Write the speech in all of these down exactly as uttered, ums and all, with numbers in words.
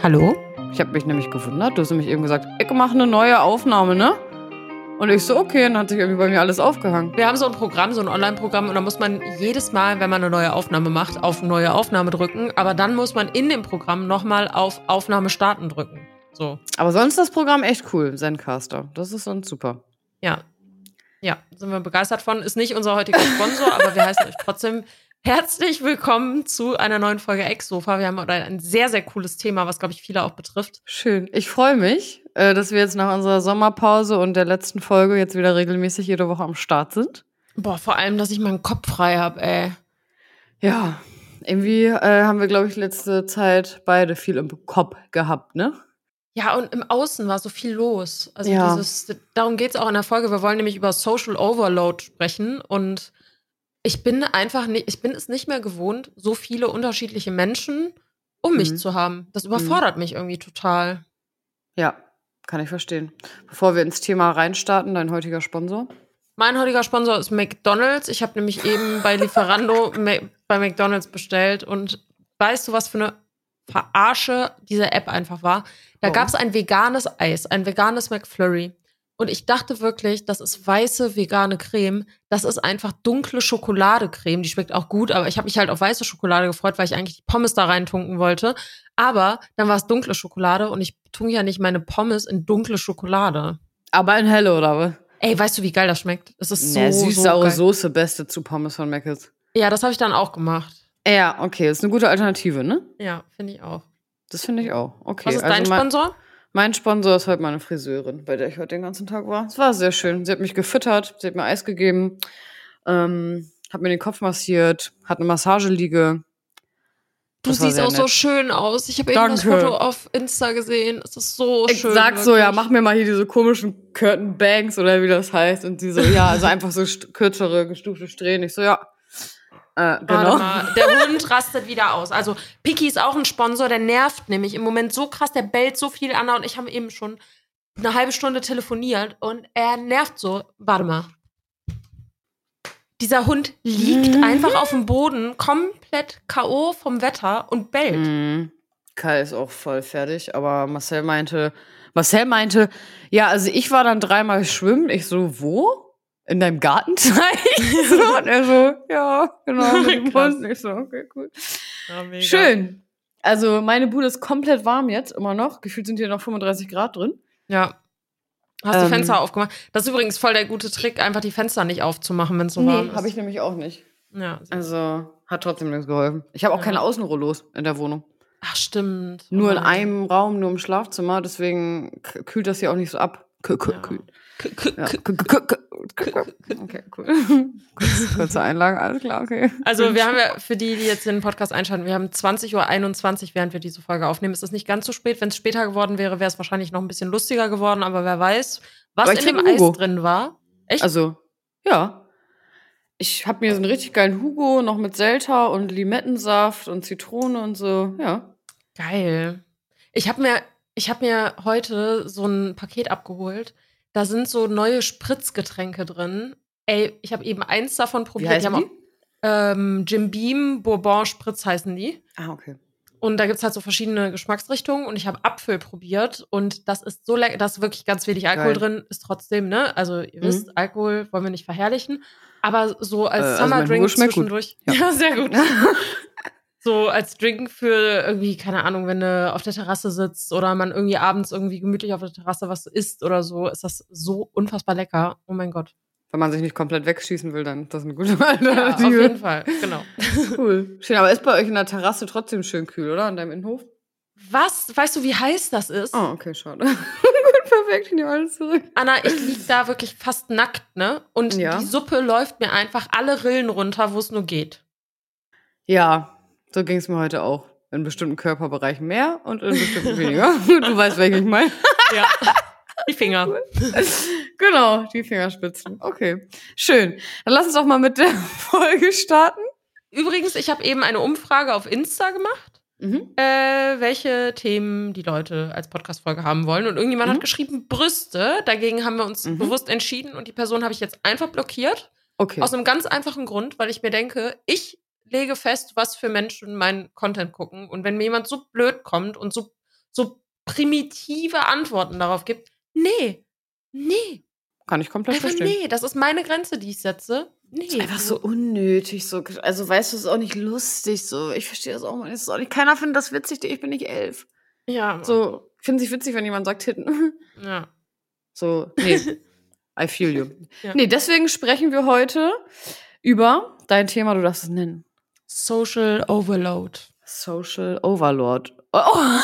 Hallo? Ich habe mich nämlich gewundert. Du hast nämlich eben gesagt, ich mache eine neue Aufnahme, ne? Und ich so, okay, dann hat sich irgendwie bei mir alles aufgehangen. Wir haben so ein Programm, so ein Online-Programm und da muss man jedes Mal, wenn man eine neue Aufnahme macht, auf neue Aufnahme drücken. Aber dann muss man in dem Programm nochmal auf Aufnahme starten drücken. So. Aber sonst ist das Programm echt cool, Zencaster. Das ist sonst super. Ja. Ja, sind wir begeistert von. Ist nicht unser heutiger Sponsor, aber wir heißen euch trotzdem herzlich willkommen zu einer neuen Folge Ex-Sofa. Wir haben heute ein sehr, sehr cooles Thema, was, glaube ich, viele auch betrifft. Schön. Ich freue mich, dass wir jetzt nach unserer Sommerpause und der letzten Folge jetzt wieder regelmäßig jede Woche am Start sind. Boah, vor allem, dass ich meinen Kopf frei habe, ey. Ja, irgendwie äh, haben wir, glaube ich, letzte Zeit beide viel im Kopf gehabt, ne? Ja, und im Außen war so viel los. Also ja. dieses, darum geht's auch in der Folge. Wir wollen nämlich über Social Overload sprechen. Und ich bin einfach nicht, ich bin es nicht mehr gewohnt, so viele unterschiedliche Menschen um mich mhm. zu haben. Das überfordert mhm. mich irgendwie total. Ja, kann ich verstehen. Bevor wir ins Thema reinstarten, dein heutiger Sponsor? Mein heutiger Sponsor ist McDonald's. Ich habe nämlich eben bei Lieferando bei McDonald's bestellt. Und weißt du, was für eine Verarsche diese App einfach war? Da oh. gab es ein veganes Eis, ein veganes McFlurry. Und ich dachte wirklich, das ist weiße vegane Creme. Das ist einfach dunkle Schokoladecreme. Die schmeckt auch gut, aber ich habe mich halt auf weiße Schokolade gefreut, weil ich eigentlich die Pommes da reintunken wollte. Aber dann war es dunkle Schokolade und ich tunke ja nicht meine Pommes in dunkle Schokolade. Aber in helle, oder was? Ey, weißt du, wie geil das schmeckt? Es ist so, nee, süß-saure so Soße, beste zu Pommes von Mc's. Ja, das habe ich dann auch gemacht. Ja, okay, das ist eine gute Alternative, ne? Ja, finde ich auch. Das finde ich auch. Okay. Was ist also dein Sponsor? Mein, mein Sponsor ist heute meine Friseurin, bei der ich heute den ganzen Tag war. Es war sehr schön. Sie hat mich gefüttert, sie hat mir Eis gegeben, ähm, hat mir den Kopf massiert, hat eine Massageliege. Du siehst auch nett. So schön aus. Ich habe eben das Foto auf Insta gesehen. Es ist so ich schön. Ich sag wirklich. so, ja, mach mir mal hier diese komischen Curtain Bangs oder wie das heißt. Und sie so, ja, also einfach so st- kürzere, gestufte Strähnen. Ich so, ja. Äh, genau. Warte mal, der Hund rastet wieder aus. Also Piki ist auch ein Sponsor, der nervt nämlich im Moment so krass, der bellt so viel an und ich habe eben schon eine halbe Stunde telefoniert und er nervt so. Warte mal. Dieser Hund liegt mhm. einfach auf dem Boden, komplett K O vom Wetter und bellt. Mhm. Kai ist auch voll fertig, aber Marcel meinte, Marcel meinte, ja, also ich war dann dreimal schwimmen. Ich so, wo? In deinem Gartenteich? so, und er so, ja, genau, mit dem Hund. Ich so, okay, cool. Ja, mega. Schön. Also meine Bude ist komplett warm jetzt, immer noch. Gefühlt sind hier noch fünfunddreißig Grad drin. Ja. Hast ähm, die Fenster aufgemacht? Das ist übrigens voll der gute Trick, einfach die Fenster nicht aufzumachen, wenn es so nee, warm ist. Nee, habe ich nämlich auch nicht. Ja. Also hat trotzdem nichts geholfen. Ich habe auch ja. keine Außenrollos in der Wohnung. Ach, stimmt. Nur oh in einem Raum, nur im Schlafzimmer. Deswegen kühlt das hier auch nicht so ab. Kühlt. Okay, cool. Kurze Einlage, alles klar, okay. Also wir haben ja, für die, die jetzt den Podcast einschalten, wir haben zwanzig Uhr einundzwanzig, während wir diese Folge aufnehmen. Es ist nicht ganz so spät. Wenn es später geworden wäre, wäre es wahrscheinlich noch ein bisschen lustiger geworden. Aber wer weiß, was in dem Eis drin war. Echt? Also, ja. Ich habe mir so einen richtig geilen Hugo, noch mit Selta und Limettensaft und Zitrone und so, ja. Geil. Ich habe mir, ich hab mir heute so ein Paket abgeholt. Da sind so neue Spritzgetränke drin. Ey, ich habe eben eins davon probiert. Wie heißen die? die? Ähm, Jim Beam Bourbon Spritz heißen die. Ah, okay. Und da gibt's halt so verschiedene Geschmacksrichtungen. Und ich habe Apfel probiert. Und das ist so lecker. Da ist wirklich ganz wenig Alkohol Geil. drin. Ist trotzdem, ne? Also ihr mhm. wisst, Alkohol wollen wir nicht verherrlichen. Aber so als äh, Summer-Drink also zwischendurch. Ja. ja, sehr gut. So als Drink für irgendwie, keine Ahnung, wenn du auf der Terrasse sitzt oder man irgendwie abends irgendwie gemütlich auf der Terrasse was isst oder so, ist das so unfassbar lecker. Oh mein Gott. Wenn man sich nicht komplett wegschießen will, dann ist das eine gute Alternative. Ja, auf jeden Fall, genau. Cool. Schön, aber ist bei euch in der Terrasse trotzdem schön kühl, oder? An deinem Innenhof? Was? Weißt du, wie heiß das ist? Oh, okay, schade. Gut, perfekt, ich nehme alles zurück. Anna, ich lieg da wirklich fast nackt, ne? Und ja. die Suppe läuft mir einfach alle Rillen runter, wo es nur geht. Ja. So ging es mir heute auch. In bestimmten Körperbereichen mehr und in bestimmten weniger. Du weißt, welchen ich meine. Ja, die Finger. Genau, die Fingerspitzen. Okay, schön. Dann lass uns doch mal mit der Folge starten. Übrigens, ich habe eben eine Umfrage auf Insta gemacht, mhm. äh, welche Themen die Leute als Podcast-Folge haben wollen. Und irgendjemand mhm. hat geschrieben Brüste. Dagegen haben wir uns mhm. bewusst entschieden. Und die Person habe ich jetzt einfach blockiert. Okay. Aus einem ganz einfachen Grund, weil ich mir denke, ich lege fest, was für Menschen meinen Content gucken. Und wenn mir jemand so blöd kommt und so, so primitive Antworten darauf gibt. Nee, nee. Kann ich komplett Einfach verstehen. nee, das ist meine Grenze, die ich setze. Nee. Das ist einfach so unnötig. So. Also, weißt du, es ist auch nicht lustig. So. Ich verstehe das auch mal. Es ist auch nicht, keiner findet das witzig. Ich bin nicht elf. Ja. So, finden sich witzig, wenn jemand sagt Titten. Ja. So, nee. I feel you. Ja. Nee, deswegen sprechen wir heute über dein Thema, du darfst es nennen. Social Overload. Social Overlord. Oh.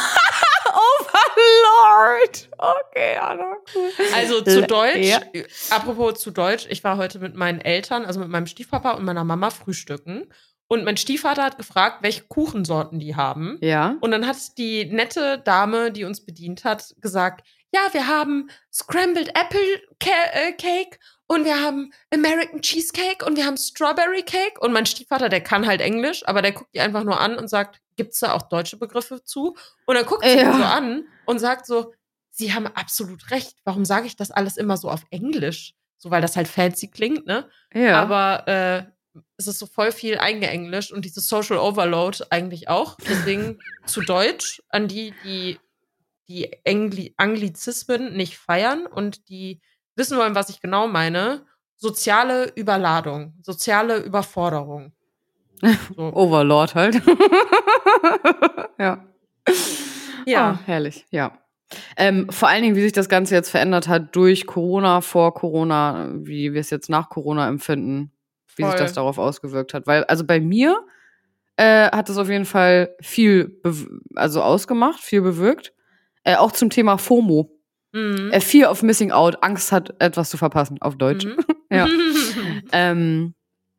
Overlord. Okay, Anna, cool. Also zu Deutsch, Ja. apropos zu Deutsch, ich war heute mit meinen Eltern, also mit meinem Stiefpapa und meiner Mama frühstücken. Und mein Stiefvater hat gefragt, welche Kuchensorten die haben. Ja. Und dann hat die nette Dame, die uns bedient hat, gesagt, ja, wir haben Scrambled Apple Ca- äh, Cake und wir haben American Cheesecake und wir haben Strawberry Cake. Und mein Stiefvater, der kann halt Englisch, aber der guckt die einfach nur an und sagt, gibt's da auch deutsche Begriffe zu? Und dann guckt sie Ja. ihn so an und sagt so, Sie haben absolut recht. Warum sage ich das alles immer so auf Englisch? So, weil das halt fancy klingt, ne? Ja. Aber äh, es ist so voll viel eingeenglischt und dieses Social Overload eigentlich auch. Deswegen zu Deutsch an die, die die Engli- Anglizismen nicht feiern und die wissen wollen, was ich genau meine. Soziale Überladung, soziale Überforderung. So. Overlord halt. Ja. Ja. Oh, herrlich, ja. Ähm, vor allen Dingen, wie sich das Ganze jetzt verändert hat durch Corona, vor Corona, wie wir es jetzt nach Corona empfinden, wie sich Voll. das darauf ausgewirkt hat. Weil, also bei mir äh, hat es auf jeden Fall viel, bew- also ausgemacht, viel bewirkt. Äh, auch zum Thema FOMO. Mhm. Äh, Fear of Missing Out, Angst hat, etwas zu verpassen, auf Deutsch. Mhm. Ja. ähm,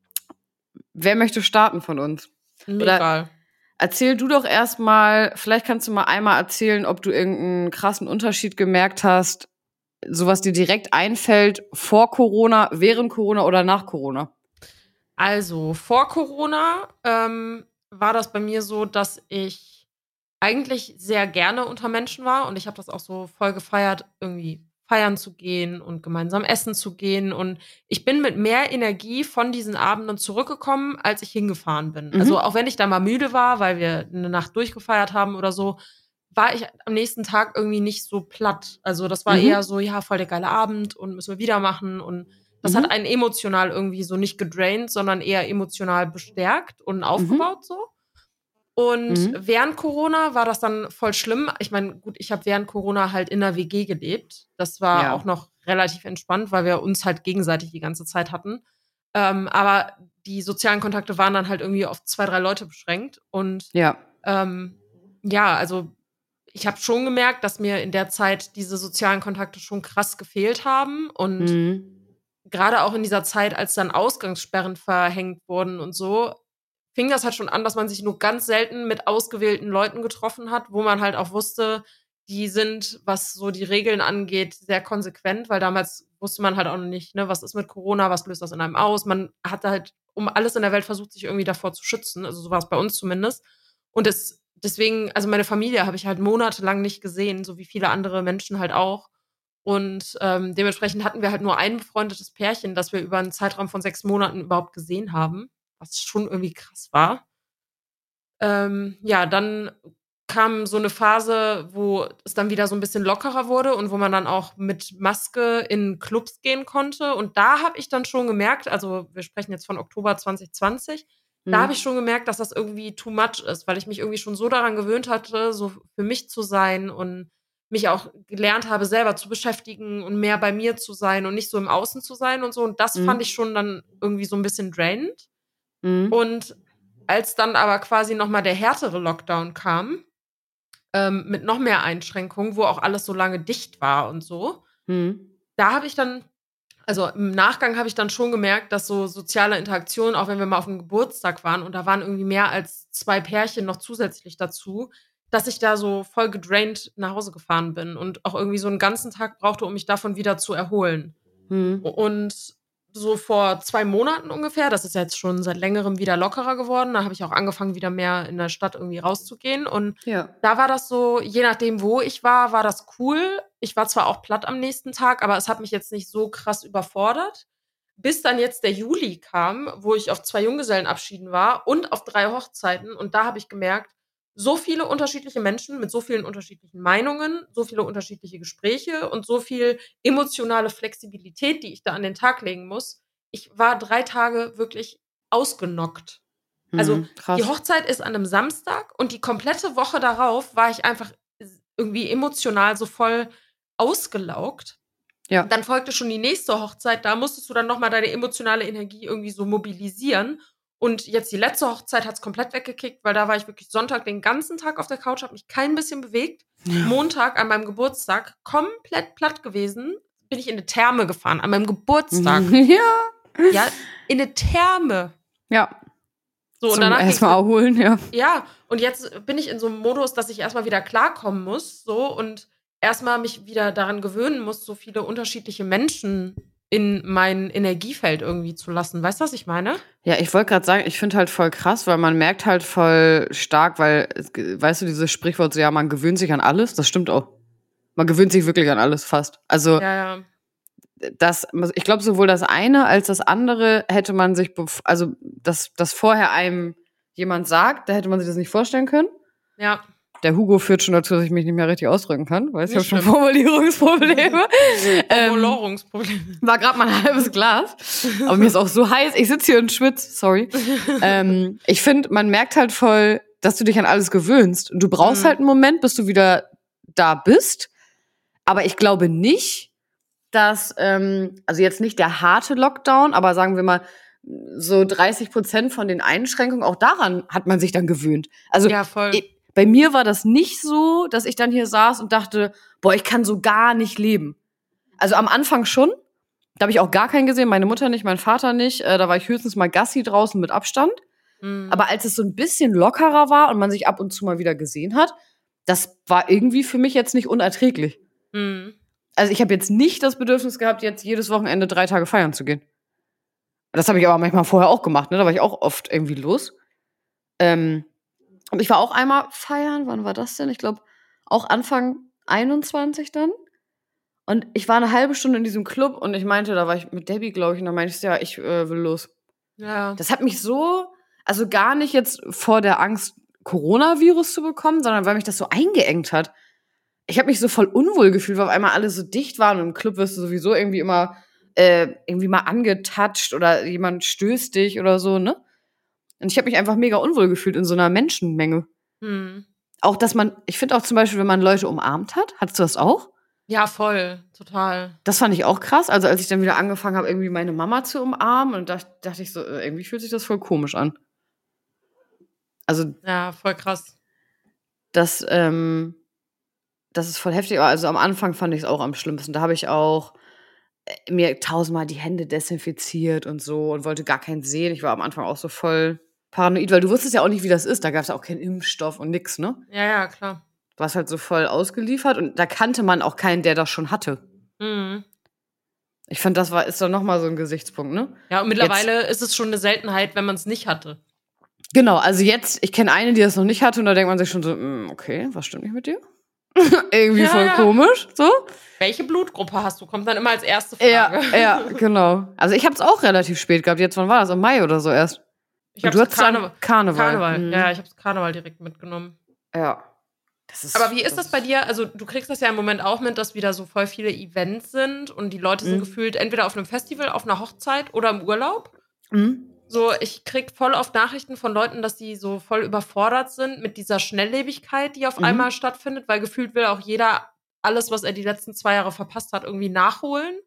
wer möchte starten von uns? Mir Oder- egal. Erzähl du doch erstmal, vielleicht kannst du mal einmal erzählen, ob du irgendeinen krassen Unterschied gemerkt hast, sowas dir direkt einfällt, vor Corona, während Corona oder nach Corona. Also, vor Corona ähm, war das bei mir so, dass ich eigentlich sehr gerne unter Menschen war und ich habe das auch so voll gefeiert, irgendwie feiern zu gehen und gemeinsam essen zu gehen. Und ich bin mit mehr Energie von diesen Abenden zurückgekommen, als ich hingefahren bin. Mhm. Also auch wenn ich da mal müde war, weil wir eine Nacht durchgefeiert haben oder so, war ich am nächsten Tag irgendwie nicht so platt. Also das war Mhm. eher so, ja, voll der geile Abend und müssen wir wieder machen. Und das Mhm. hat einen emotional irgendwie so nicht gedraint, sondern eher emotional bestärkt und aufgebaut so. Und Mhm. während Corona war das dann voll schlimm. Ich meine, gut, ich habe während Corona halt in einer W G gelebt. Das war Ja. auch noch relativ entspannt, weil wir uns halt gegenseitig die ganze Zeit hatten. Ähm, aber die sozialen Kontakte waren dann halt irgendwie auf zwei, drei Leute beschränkt. Und Ja. ähm, ja, also ich habe schon gemerkt, dass mir in der Zeit diese sozialen Kontakte schon krass gefehlt haben. Und Mhm. gerade auch in dieser Zeit, als dann Ausgangssperren verhängt wurden und so, fing das halt schon an, dass man sich nur ganz selten mit ausgewählten Leuten getroffen hat, wo man halt auch wusste, die sind, was so die Regeln angeht, sehr konsequent, weil damals wusste man halt auch noch nicht, ne, was ist mit Corona, was löst das in einem aus. Man hat halt um alles in der Welt versucht, sich irgendwie davor zu schützen. Also so war es bei uns zumindest. Und das, deswegen, also meine Familie habe ich halt monatelang nicht gesehen, so wie viele andere Menschen halt auch. Und ähm, dementsprechend hatten wir halt nur ein befreundetes Pärchen, das wir über einen Zeitraum von sechs Monaten überhaupt gesehen haben, was schon irgendwie krass war. Ähm, ja, dann kam so eine Phase, wo es dann wieder so ein bisschen lockerer wurde und wo man dann auch mit Maske in Clubs gehen konnte. Und da habe ich dann schon gemerkt, also wir sprechen jetzt von Oktober zwanzig zwanzig, da habe ich schon gemerkt, dass das irgendwie too much ist, weil ich mich irgendwie schon so daran gewöhnt hatte, so für mich zu sein und mich auch gelernt habe, selber zu beschäftigen und mehr bei mir zu sein und nicht so im Außen zu sein und so. Und das Mhm. fand ich schon dann irgendwie so ein bisschen drainend. Mhm. Und als dann aber quasi noch mal der härtere Lockdown kam, ähm, mit noch mehr Einschränkungen, wo auch alles so lange dicht war und so, Mhm. da habe ich dann also im Nachgang habe ich dann schon gemerkt, dass so soziale Interaktion, auch wenn wir mal auf einem Geburtstag waren und da waren irgendwie mehr als zwei Pärchen noch zusätzlich dazu, dass ich da so voll gedraint nach Hause gefahren bin und auch irgendwie so einen ganzen Tag brauchte, um mich davon wieder zu erholen. Mhm. Und so vor zwei Monaten ungefähr, das ist jetzt schon seit Längerem wieder lockerer geworden, da habe ich auch angefangen, wieder mehr in der Stadt irgendwie rauszugehen. Und Ja. da war das so, je nachdem, wo ich war, war das cool. Ich war zwar auch platt am nächsten Tag, aber es hat mich jetzt nicht so krass überfordert. Bis dann jetzt der Juli kam, wo ich auf zwei Junggesellenabschieden war und auf drei Hochzeiten. Und da habe ich gemerkt, so viele unterschiedliche Menschen mit so vielen unterschiedlichen Meinungen, so viele unterschiedliche Gespräche und so viel emotionale Flexibilität, die ich da an den Tag legen muss. Ich war drei Tage wirklich ausgenockt. Also Hm, krass. die Hochzeit ist an einem Samstag und die komplette Woche darauf war ich einfach irgendwie emotional so voll ausgelaugt. Ja. Dann folgte schon die nächste Hochzeit, da musstest du dann nochmal deine emotionale Energie irgendwie so mobilisieren. Und jetzt die letzte Hochzeit hat es komplett weggekickt, weil da war ich wirklich Sonntag den ganzen Tag auf der Couch, habe mich kein bisschen bewegt. Ja. Montag an meinem Geburtstag komplett platt gewesen, bin ich in eine Therme gefahren, an meinem Geburtstag. Ja. Ja, in eine Therme. Ja. So, und Zum danach erstmal erholen, ja. Ja, und jetzt bin ich in so einem Modus, dass ich erstmal wieder klarkommen muss, so, und erstmal mich wieder daran gewöhnen muss, so viele unterschiedliche Menschen in mein Energiefeld irgendwie zu lassen. Weißt du, was ich meine? Ja, ich wollte gerade sagen, ich finde halt voll krass, weil man merkt halt voll stark, weil, weißt du, dieses Sprichwort so, ja, man gewöhnt sich an alles, das stimmt auch. Man gewöhnt sich wirklich an alles fast. Also, Ja, ja. das, ich glaube, sowohl das eine als das andere hätte man sich, bef- also, dass das vorher einem jemand sagt, da hätte man sich das nicht vorstellen können. Ja. Der Hugo führt schon dazu, dass ich mich nicht mehr richtig ausdrücken kann, weil ich habe Nicht schon schlimm. Formulierungsprobleme. ähm, Formulierungsproblem. war gerade mal ein halbes Glas, aber mir ist auch so heiß, ich sitze hier und schwitze, sorry. ähm, ich finde, man merkt halt voll, dass du dich an alles gewöhnst. Und du brauchst Mhm. halt einen Moment, bis du wieder da bist. Aber ich glaube nicht, dass, ähm, also jetzt nicht der harte Lockdown, aber sagen wir mal, so dreißig Prozent von den Einschränkungen, auch daran hat man sich dann gewöhnt. Also Ja, voll. ich, bei mir war das nicht so, dass ich dann hier saß und dachte, boah, ich kann so gar nicht leben. Also am Anfang schon. Da habe ich auch gar keinen gesehen, meine Mutter nicht, mein Vater nicht. Äh, da war ich höchstens mal Gassi draußen mit Abstand. Mhm. Aber als es so ein bisschen lockerer war und man sich ab und zu mal wieder gesehen hat, das war irgendwie für mich jetzt nicht unerträglich. Mhm. Also ich habe jetzt nicht das Bedürfnis gehabt, jetzt jedes Wochenende drei Tage feiern zu gehen. Das habe ich aber manchmal vorher auch gemacht, ne? Da war ich auch oft irgendwie los. Ähm, und ich war auch einmal feiern, wann war das denn? Ich glaube, auch Anfang einundzwanzig dann. Und ich war eine halbe Stunde in diesem Club und ich meinte, da war ich mit Debbie, glaube ich, und dann meinte ich, ja, ich äh, will los. Ja. Das hat mich so, also gar nicht jetzt vor der Angst, Coronavirus zu bekommen, sondern weil mich das so eingeengt hat. Ich habe mich so voll unwohl gefühlt, weil auf einmal alle so dicht waren und im Club wirst du sowieso irgendwie immer äh, irgendwie mal angetatscht oder jemand stößt dich oder so, ne? Und ich habe mich einfach mega unwohl gefühlt in so einer Menschenmenge. Mhm. Auch, dass man, ich finde auch zum Beispiel, wenn man Leute umarmt hat, hattest du das auch? Ja, voll. Total. Das fand ich auch krass. Also als ich dann wieder angefangen habe, irgendwie meine Mama zu umarmen, und da dachte ich so, äh, irgendwie fühlt sich das voll komisch an. Also Ja, voll krass. das, ähm, das ist voll heftig. Aber also am Anfang fand ich es auch am schlimmsten. Da habe ich auch äh, mir tausendmal die Hände desinfiziert und so und wollte gar keinen sehen. Ich war am Anfang auch so voll paranoid, weil du wusstest ja auch nicht, wie das ist. Da gab es ja auch keinen Impfstoff und nix, ne? Ja, ja, klar. Du warst halt so voll ausgeliefert und da kannte man auch keinen, der das schon hatte. Mhm. Ich fand, das war, ist doch nochmal so ein Gesichtspunkt, ne? Ja, und mittlerweile ist es schon eine Seltenheit, wenn man es nicht hatte. Genau, also jetzt, ich kenne eine, die das noch nicht hatte und da denkt man sich schon so, mm, okay, was stimmt nicht mit dir? Irgendwie Ja, voll ja. komisch, so. Welche Blutgruppe hast du? Kommt dann immer als erste Frage. Ja, ja, genau. Also ich habe es auch relativ spät gehabt. Jetzt, wann war das? Im Mai oder so erst. Ich Und hab's du hattest Karneval. dann Karneval. Karneval. Mhm. Ja, ich hab's Karneval direkt mitgenommen. Ja. Das ist, Aber wie ist das bei dir? Also, du kriegst das ja im Moment auch mit, dass wieder so voll viele Events sind und die Leute sind Mhm. gefühlt entweder auf einem Festival, auf einer Hochzeit oder im Urlaub. Mhm. So, ich krieg voll oft Nachrichten von Leuten, dass die so voll überfordert sind mit dieser Schnelllebigkeit, die auf Mhm. einmal stattfindet, weil gefühlt will auch jeder alles, was er die letzten zwei Jahre verpasst hat, irgendwie nachholen.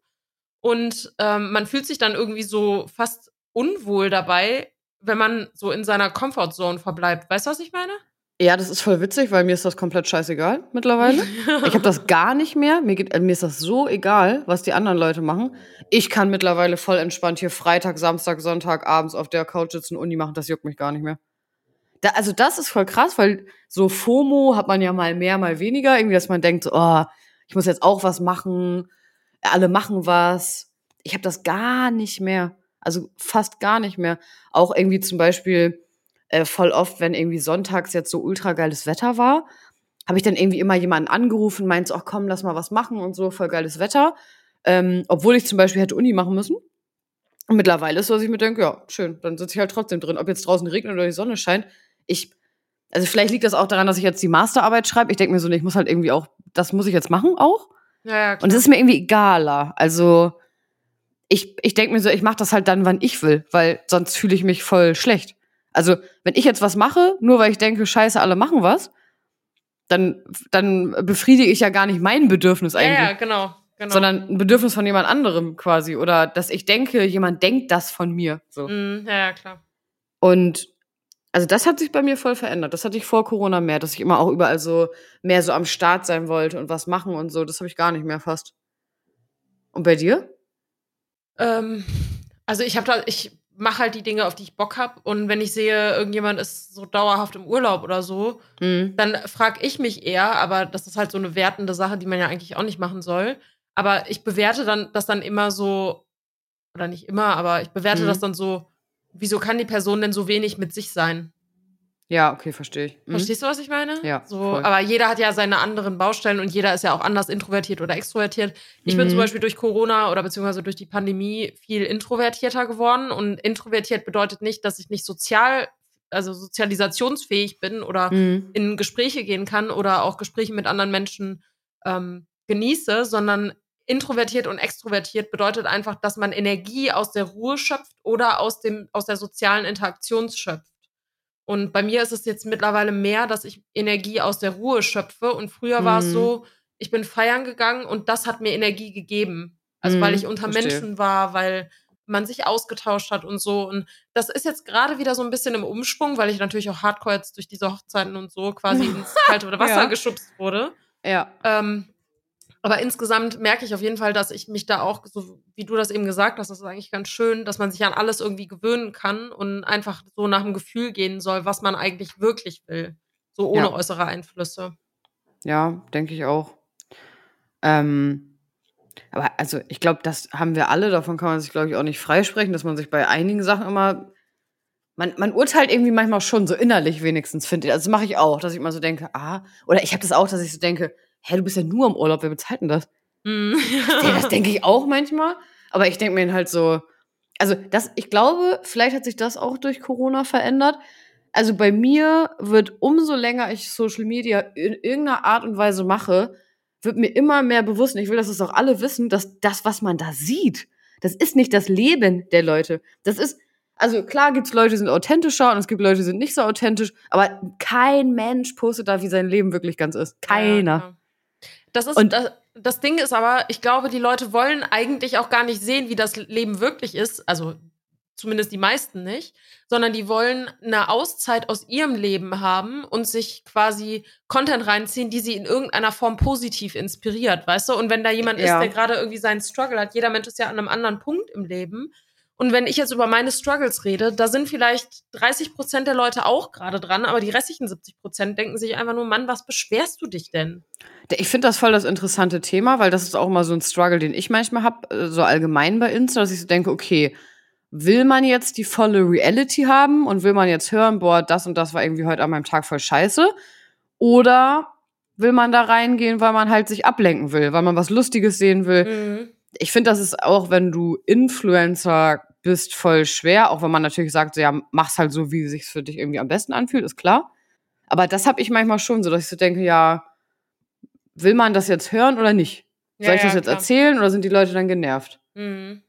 Und ähm, man fühlt sich dann irgendwie so fast unwohl dabei, wenn man so in seiner Comfortzone verbleibt. Weißt du, was ich meine? Ja, das ist voll witzig, weil mir ist das komplett scheißegal mittlerweile. Ich habe das gar nicht mehr. Mir, geht, äh, mir ist das so egal, was die anderen Leute machen. Ich kann mittlerweile voll entspannt hier Freitag, Samstag, Sonntag abends auf der Couch sitzen, Uni machen. Das juckt mich gar nicht mehr. Da, also das ist voll krass, weil so FOMO hat man ja mal mehr, mal weniger. Irgendwie, dass man denkt, so, oh, ich muss jetzt auch was machen. Alle machen was. Ich habe das gar nicht mehr. Also fast gar nicht mehr. Auch irgendwie zum Beispiel äh, voll oft, wenn irgendwie sonntags jetzt so ultra geiles Wetter war, habe ich dann irgendwie immer jemanden angerufen, meint so, ach komm, lass mal was machen und so, voll geiles Wetter. Ähm, obwohl ich zum Beispiel hätte Uni machen müssen. Und mittlerweile ist so, dass ich mir denke, ja, schön, dann sitze ich halt trotzdem drin. Ob jetzt draußen regnet oder die Sonne scheint, ich Also vielleicht liegt das auch daran, dass ich jetzt die Masterarbeit schreibe. Ich denke mir so, nee, ich muss halt irgendwie auch, das muss ich jetzt machen auch. Ja, ja, klar. Und es ist mir irgendwie egaler. Also ich, ich denke mir so, ich mache das halt dann, wann ich will, weil sonst fühle ich mich voll schlecht. Also wenn ich jetzt was mache, nur weil ich denke, scheiße, alle machen was, dann, dann befriedige ich ja gar nicht mein Bedürfnis ja, eigentlich. ja, genau, genau. Sondern ein Bedürfnis von jemand anderem quasi. Oder dass ich denke, jemand denkt das von mir. So. Mhm, ja, ja, klar. Und also das hat sich bei mir voll verändert. Das hatte ich vor Corona mehr, dass ich immer auch überall so mehr so am Start sein wollte und was machen und so. Das habe ich gar nicht mehr fast. Und bei dir? Ähm, also ich habe da, ich mache halt die Dinge, auf die ich Bock habe. Und wenn ich sehe, irgendjemand ist so dauerhaft im Urlaub oder so, Mhm. dann frage ich mich eher, aber das ist halt so eine wertende Sache, die man ja eigentlich auch nicht machen soll. Aber ich bewerte dann das dann immer so, oder nicht immer, aber ich bewerte Mhm. das dann so, wieso kann die Person denn so wenig mit sich sein? Ja, okay, verstehe ich. Mhm. Verstehst du, was ich meine? Ja, So, voll. aber jeder hat ja seine anderen Baustellen und jeder ist ja auch anders introvertiert oder extrovertiert. Ich bin Mhm. zum Beispiel durch Corona oder beziehungsweise durch die Pandemie viel introvertierter geworden. Und introvertiert bedeutet nicht, dass ich nicht sozial, also sozialisationsfähig bin oder Mhm. in Gespräche gehen kann oder auch Gespräche mit anderen Menschen ähm, genieße, sondern introvertiert und extrovertiert bedeutet einfach, dass man Energie aus der Ruhe schöpft oder aus dem, aus der sozialen Interaktion schöpft. Und bei mir ist es jetzt mittlerweile mehr, dass ich Energie aus der Ruhe schöpfe. Und früher war es Mhm. so, ich bin feiern gegangen und das hat mir Energie gegeben. Also weil ich Mhm. unter Verstehe. Menschen war, weil man sich ausgetauscht hat und so. Und das ist jetzt gerade wieder so ein bisschen im Umschwung, weil ich natürlich auch hardcore jetzt durch diese Hochzeiten und so quasi ins kalte Wasser Ja. geschubst wurde. Ja. Ähm, aber insgesamt merke ich auf jeden Fall, dass ich mich da auch, so wie du das eben gesagt hast, das ist eigentlich ganz schön, dass man sich an alles irgendwie gewöhnen kann und einfach so nach dem Gefühl gehen soll, was man eigentlich wirklich will. So ohne Ja. äußere Einflüsse. Ja, denke ich auch. Ähm, aber also ich glaube, das haben wir alle, davon kann man sich, glaube ich, auch nicht freisprechen, dass man sich bei einigen Sachen immer, man, man urteilt irgendwie manchmal schon, so innerlich wenigstens, finde ich. Also das mache ich auch, dass ich immer so denke, ah, oder ich habe das auch, dass ich so denke, hä, du bist ja nur im Urlaub, wer bezahlt denn das? Mm. Ja, das denke ich auch manchmal, aber ich denke mir halt so, also das, ich glaube, vielleicht hat sich das auch durch Corona verändert. Also bei mir wird, umso länger ich Social Media in irgendeiner Art und Weise mache, wird mir immer mehr bewusst, und ich will, dass es auch alle wissen, dass das, was man da sieht, das ist nicht das Leben der Leute. Das ist, also klar gibt's Leute, die sind authentischer und es gibt Leute, die sind nicht so authentisch, aber kein Mensch postet da, wie sein Leben wirklich ganz ist. Keiner. Ja, das ist, Und das, das Ding ist aber, ich glaube, die Leute wollen eigentlich auch gar nicht sehen, wie das Leben wirklich ist. Also zumindest die meisten nicht, sondern die wollen eine Auszeit aus ihrem Leben haben und sich quasi Content reinziehen, die sie in irgendeiner Form positiv inspiriert, weißt du? Und wenn da jemand Ja. ist, der gerade irgendwie seinen Struggle hat, jeder Mensch ist ja an einem anderen Punkt im Leben. Und wenn ich jetzt über meine Struggles rede, da sind vielleicht dreißig Prozent der Leute auch gerade dran, aber die restlichen siebzig Prozent denken sich einfach nur, Mann, was beschwerst du dich denn? Ich finde das voll das interessante Thema, weil das ist auch immer so ein Struggle, den ich manchmal habe, so allgemein bei Insta, dass ich so denke, okay, will man jetzt die volle Reality haben und will man jetzt hören, boah, das und das war irgendwie heute an meinem Tag voll scheiße? Oder will man da reingehen, weil man halt sich ablenken will, weil man was Lustiges sehen will? Mhm. Ich finde, das ist auch, wenn du Influencer bist, voll schwer, auch wenn man natürlich sagt, so, ja, mach's halt so, wie es sich für dich irgendwie am besten anfühlt, ist klar. Aber das habe ich manchmal schon so, dass ich so denke, ja, will man das jetzt hören oder nicht? Ja, Soll ich das ja, jetzt klar. erzählen oder sind die Leute dann genervt? Mhm.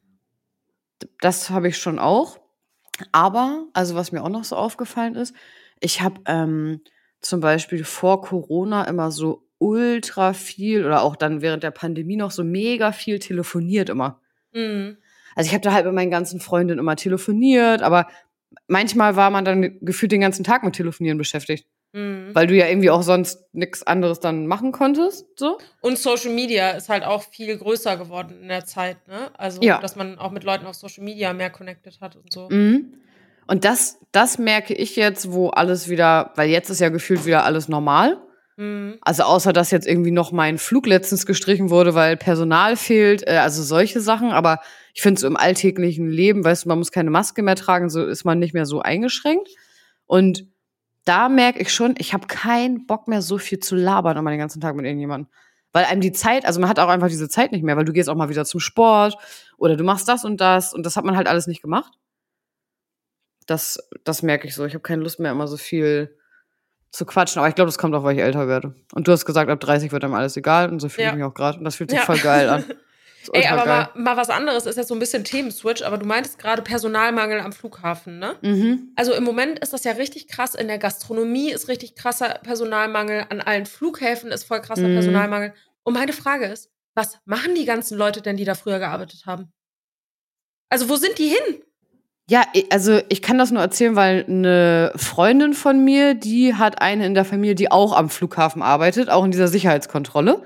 Das habe ich schon auch. Aber, also was mir auch noch so aufgefallen ist, ich habe ähm, zum Beispiel vor Corona immer so ultra viel oder auch dann während der Pandemie noch so mega viel telefoniert immer. Mhm. Also ich habe da halt mit meinen ganzen Freundinnen immer telefoniert, aber manchmal war man dann gefühlt den ganzen Tag mit Telefonieren beschäftigt. Mhm. Weil du ja irgendwie auch sonst nichts anderes dann machen konntest, so. Und Social Media ist halt auch viel größer geworden in der Zeit, ne? Also, Ja. dass man auch mit Leuten auf Social Media mehr connected hat und so. Mhm. Und das, das merke ich jetzt, wo alles wieder, weil jetzt ist ja gefühlt wieder alles normal. Mhm. Also außer, dass jetzt irgendwie noch mein Flug letztens gestrichen wurde, weil Personal fehlt, äh, also solche Sachen. Aber ich finde so im alltäglichen Leben, weißt du, man muss keine Maske mehr tragen, so ist man nicht mehr so eingeschränkt. Und da merke ich schon, ich habe keinen Bock mehr, so viel zu labern immer den ganzen Tag mit irgendjemandem. Weil einem die Zeit, also man hat auch einfach diese Zeit nicht mehr, weil du gehst auch mal wieder zum Sport oder du machst das und das und das hat man halt alles nicht gemacht. Das, das merke ich so. Ich habe keine Lust mehr, immer so viel zu quatschen. Aber ich glaube, das kommt auch, weil ich älter werde. Und du hast gesagt, ab dreißig wird einem alles egal. Und so fühle Ja. ich mich auch gerade. Und das fühlt sich Ja. voll geil an. Ey, aber mal, mal was anderes ist jetzt so ein bisschen Themenswitch, aber du meintest gerade Personalmangel am Flughafen, ne? Mhm. Also im Moment ist das ja richtig krass. In der Gastronomie ist richtig krasser Personalmangel. An allen Flughäfen ist voll krasser Mhm. Personalmangel. Und meine Frage ist, was machen die ganzen Leute denn, die da früher gearbeitet haben? Also wo sind die hin? Ja, ich- also ich kann das nur erzählen, weil eine Freundin von mir, die hat eine in der Familie, die auch am Flughafen arbeitet, auch in dieser Sicherheitskontrolle.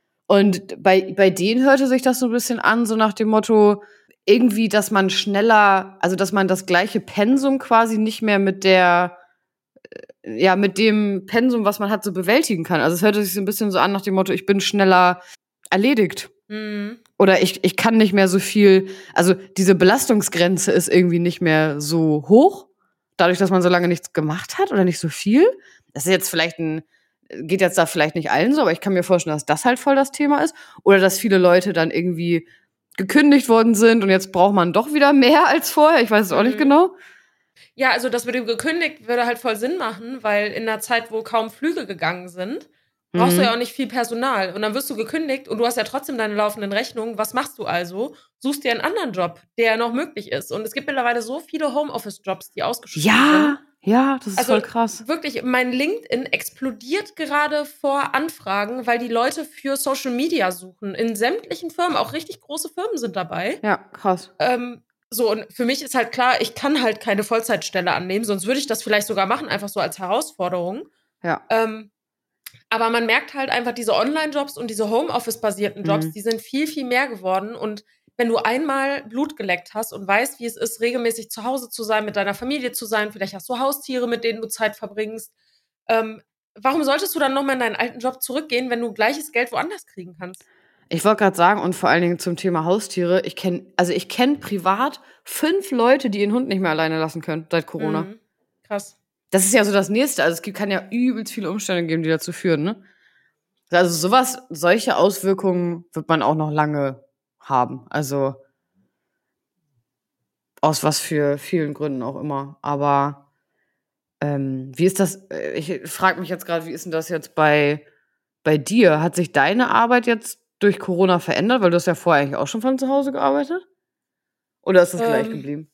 Und bei, bei denen hörte sich das so ein bisschen an, so nach dem Motto, irgendwie, dass man schneller, also dass man das gleiche Pensum quasi nicht mehr mit der, äh, ja, mit dem Pensum, was man hat, so bewältigen kann. Also es hörte sich so ein bisschen so an nach dem Motto, ich bin schneller erledigt. Mhm. Oder ich, ich kann nicht mehr so viel, also diese Belastungsgrenze ist irgendwie nicht mehr so hoch, dadurch, dass man so lange nichts gemacht hat oder nicht so viel. Das ist jetzt vielleicht ein, geht jetzt da vielleicht nicht allen so, aber ich kann mir vorstellen, dass das halt voll das Thema ist. Oder dass viele Leute dann irgendwie gekündigt worden sind und jetzt braucht man doch wieder mehr als vorher. Ich weiß es auch nicht Mhm. genau. Ja, also das mit dem gekündigt würde halt voll Sinn machen, weil in einer Zeit, wo kaum Flüge gegangen sind, brauchst du ja auch nicht viel Personal. Und dann wirst du gekündigt und du hast ja trotzdem deine laufenden Rechnungen. Was machst du also? Suchst dir einen anderen Job, der noch möglich ist. Und es gibt mittlerweile so viele Homeoffice-Jobs, die ausgeschrieben sind. Ja, ja, das ist Also voll krass. wirklich, mein LinkedIn explodiert gerade vor Anfragen, weil die Leute für Social Media suchen. In sämtlichen Firmen, auch richtig große Firmen sind dabei. Ja, krass. Ähm, so, und für mich ist halt klar, ich kann halt keine Vollzeitstelle annehmen, sonst würde ich das vielleicht sogar machen, einfach so als Herausforderung. Ja. Ähm, aber man merkt halt einfach, diese Online-Jobs und diese Homeoffice-basierten Jobs, Mhm. die sind viel, viel mehr geworden. Und wenn du einmal Blut geleckt hast und weißt, wie es ist, regelmäßig zu Hause zu sein, mit deiner Familie zu sein, vielleicht hast du Haustiere, mit denen du Zeit verbringst, ähm, warum solltest du dann nochmal in deinen alten Job zurückgehen, wenn du gleiches Geld woanders kriegen kannst? Ich wollte gerade sagen, und vor allen Dingen zum Thema Haustiere, ich kenne, also ich kenne privat fünf Leute, die ihren Hund nicht mehr alleine lassen können seit Corona. Mhm. Krass. Das ist ja so das Nächste. Also es gibt, kann ja übelst viele Umstände geben, die dazu führen, ne? Also sowas, solche Auswirkungen wird man auch noch lange haben. Also aus was für vielen Gründen auch immer. Aber ähm, wie ist das? äh, Ich frage mich jetzt gerade, wie ist denn das jetzt bei, bei dir? Hat sich deine Arbeit jetzt durch Corona verändert? Weil du hast ja vorher eigentlich auch schon von zu Hause gearbeitet? Oder ist das gleich Ähm, geblieben?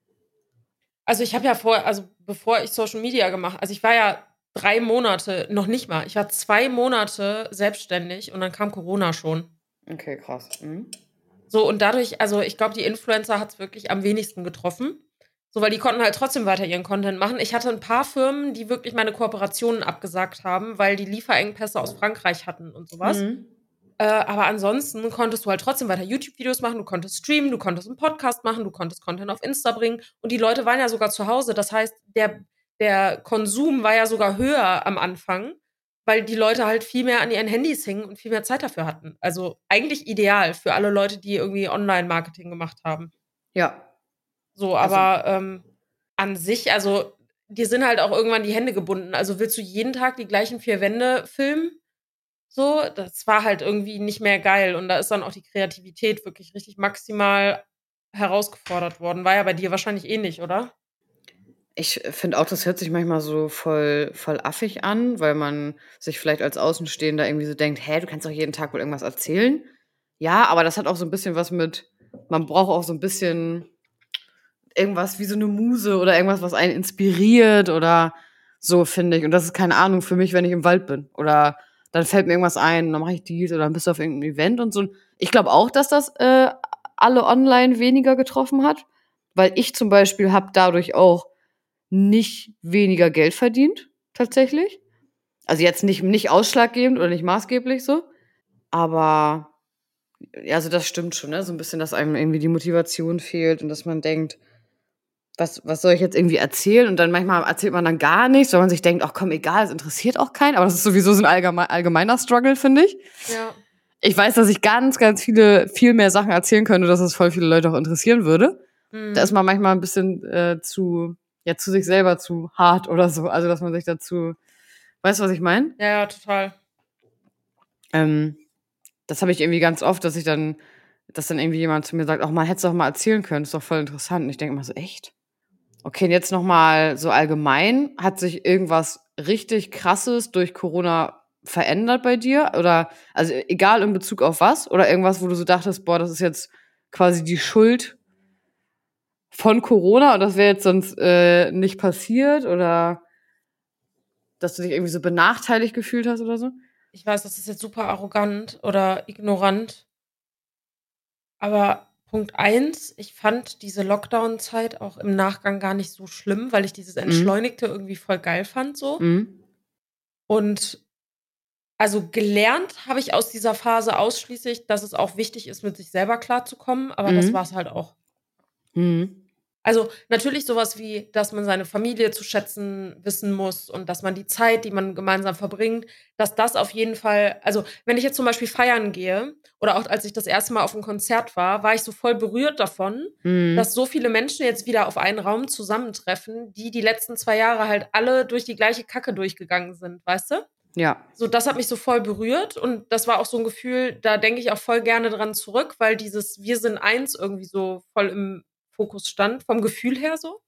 Also ich habe ja vor, also bevor ich Social Media gemacht, also ich war ja drei Monate, noch nicht mal, ich war zwei Monate selbstständig und dann kam Corona schon. Okay, krass. Mhm. So, und dadurch, also ich glaube, die Influencer hat es wirklich am wenigsten getroffen. So, weil die konnten halt trotzdem weiter ihren Content machen. Ich hatte ein paar Firmen, die wirklich meine Kooperationen abgesagt haben, weil die Lieferengpässe aus Frankreich hatten und sowas. Mhm. Äh, aber ansonsten konntest du halt trotzdem weiter YouTube-Videos machen, du konntest streamen, du konntest einen Podcast machen, du konntest Content auf Insta bringen. Und die Leute waren ja sogar zu Hause. Das heißt, der, der Konsum war ja sogar höher am Anfang, weil die Leute halt viel mehr an ihren Handys hingen und viel mehr Zeit dafür hatten. Also eigentlich ideal für alle Leute, die irgendwie Online-Marketing gemacht haben. Ja. So, Also- aber ähm, an sich, also dir sind halt auch irgendwann die Hände gebunden. Also willst du jeden Tag die gleichen vier Wände filmen? So, das war halt irgendwie nicht mehr geil. Und da ist dann auch die Kreativität wirklich richtig maximal herausgefordert worden. War ja bei dir wahrscheinlich ähnlich, oder? Ich finde auch, das hört sich manchmal so voll, voll affig an, weil man sich vielleicht als Außenstehender irgendwie so denkt, hä, du kannst doch jeden Tag wohl irgendwas erzählen. Ja, aber das hat auch so ein bisschen was mit, man braucht auch so ein bisschen irgendwas wie so eine Muse oder irgendwas, was einen inspiriert oder so, finde ich. Und das ist keine Ahnung für mich, wenn ich im Wald bin. Oder dann fällt mir irgendwas ein und dann mache ich dies oder dann bist du auf irgendeinem Event und so. Ich glaube auch, dass das äh, alle online weniger getroffen hat, weil ich zum Beispiel habe dadurch auch nicht weniger Geld verdient, tatsächlich. Also jetzt nicht, nicht ausschlaggebend oder nicht maßgeblich so. Aber, ja, also das stimmt schon, ne? So ein bisschen, dass einem irgendwie die Motivation fehlt und dass man denkt, was, was soll ich jetzt irgendwie erzählen? Und dann manchmal erzählt man dann gar nichts, weil man sich denkt, ach komm, egal, es interessiert auch keinen. Aber das ist sowieso so ein allgeme allgemeiner Struggle, finde ich. Ja. Ich weiß, dass ich ganz, ganz viele, viel mehr Sachen erzählen könnte, dass es voll viele Leute auch interessieren würde. Mhm. Da ist man manchmal ein bisschen äh, zu, ja, zu sich selber zu hart oder so. Also, dass man sich dazu, weißt du, was ich meine? Ja, ja, total. Ähm, das habe ich irgendwie ganz oft, dass ich dann, dass dann irgendwie jemand zu mir sagt, ach man, hättest du doch mal erzählen können, ist doch voll interessant. Und ich denke immer so, echt? Okay, und jetzt nochmal so allgemein, hat sich irgendwas richtig Krasses durch Corona verändert bei dir? Oder, also egal in Bezug auf was? Oder irgendwas, wo du so dachtest, boah, das ist jetzt quasi die Schuld von Corona und das wäre jetzt sonst äh, nicht passiert? Oder dass du dich irgendwie so benachteiligt gefühlt hast oder so? Ich weiß, das ist jetzt super arrogant oder ignorant. Aber Punkt eins, ich fand diese Lockdown-Zeit auch im Nachgang gar nicht so schlimm, weil ich dieses Mhm. Entschleunigte irgendwie voll geil fand so. Mhm. Und also gelernt habe ich aus dieser Phase ausschließlich, dass es auch wichtig ist, mit sich selber klarzukommen, aber das Mhm. war es halt auch. Mhm. Also natürlich sowas wie, dass man seine Familie zu schätzen wissen muss und dass man die Zeit, die man gemeinsam verbringt, dass das auf jeden Fall, also wenn ich jetzt zum Beispiel feiern gehe oder auch als ich das erste Mal auf einem Konzert war, war ich so voll berührt davon, Mhm. dass so viele Menschen jetzt wieder auf einen Raum zusammentreffen, die die letzten zwei Jahre halt alle durch die gleiche Kacke durchgegangen sind, weißt du? Ja. So, das hat mich so voll berührt und das war auch so ein Gefühl, da denke ich auch voll gerne dran zurück, weil dieses Wir sind eins irgendwie so voll im Fokus stand, vom Gefühl her so.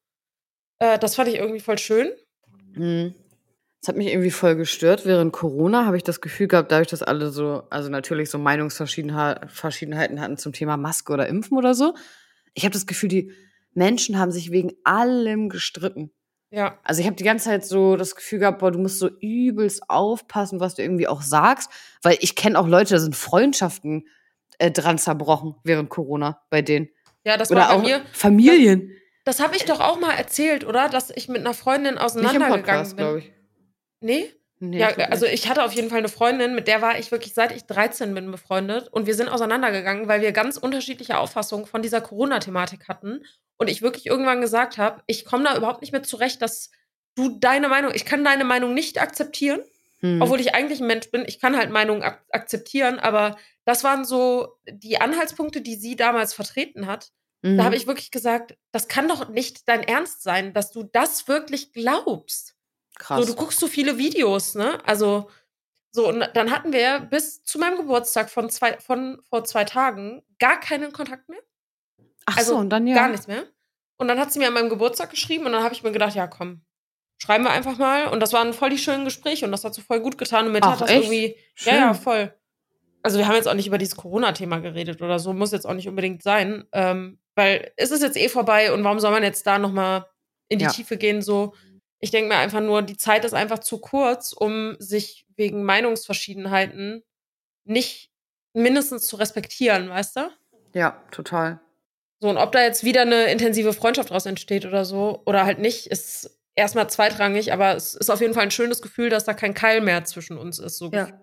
Äh, das fand ich irgendwie voll schön. Mhm. Das hat mich irgendwie voll gestört. Während Corona habe ich das Gefühl gehabt, dadurch, dass alle so, also natürlich so Meinungsverschiedenheiten hatten zum Thema Maske oder Impfen oder so. Ich habe das Gefühl, die Menschen haben sich wegen allem gestritten. Ja. Also ich habe die ganze Zeit so das Gefühl gehabt, boah, du musst so übelst aufpassen, was du irgendwie auch sagst. Weil ich kenne auch Leute, da sind Freundschaften äh, dran zerbrochen während Corona bei denen. Ja, das war Oder bei auch mir. Familien. Das, das habe ich doch auch mal erzählt, oder? Dass ich mit einer Freundin Nicht im auseinandergegangen Podcast, bin. glaube ich. Nee? Nee, Ja, ich glaub also nicht. ich hatte auf jeden Fall eine Freundin, mit der war ich wirklich, seit ich dreizehn bin, befreundet. Und wir sind auseinandergegangen, weil wir ganz unterschiedliche Auffassungen von dieser Corona-Thematik hatten. Und ich wirklich irgendwann gesagt habe, ich komme da überhaupt nicht mit zurecht, dass du deine Meinung, ich kann deine Meinung nicht akzeptieren, Hm. obwohl ich eigentlich ein Mensch bin. Ich kann halt Meinungen ak akzeptieren, aber das waren so die Anhaltspunkte, die sie damals vertreten hat. Mhm. Da habe ich wirklich gesagt, das kann doch nicht dein Ernst sein, dass du das wirklich glaubst. Krass. So, du guckst so viele Videos, ne? Also, so, und dann hatten wir bis zu meinem Geburtstag von, zwei, von vor zwei Tagen gar keinen Kontakt mehr. Ach Also, so, und dann ja. gar nichts mehr. Und dann hat sie mir an meinem Geburtstag geschrieben und dann habe ich mir gedacht, ja, komm, schreiben wir einfach mal. Und das waren voll die schönen Gespräche und das hat so voll gut getan. Und mit Ach, hat das echt? irgendwie. Schön. Ja, ja, voll. Also, wir haben jetzt auch nicht über dieses Corona-Thema geredet oder so, muss jetzt auch nicht unbedingt sein. Ähm, weil es ist jetzt eh vorbei und warum soll man jetzt da nochmal in die Ja. Tiefe gehen? So, ich denke mir einfach nur, die Zeit ist einfach zu kurz, um sich wegen Meinungsverschiedenheiten nicht mindestens zu respektieren, weißt du? Ja, total. So, und ob da jetzt wieder eine intensive Freundschaft draus entsteht oder so, oder halt nicht, ist erstmal zweitrangig, aber es ist auf jeden Fall ein schönes Gefühl, dass da kein Keil mehr zwischen uns ist. So Ja.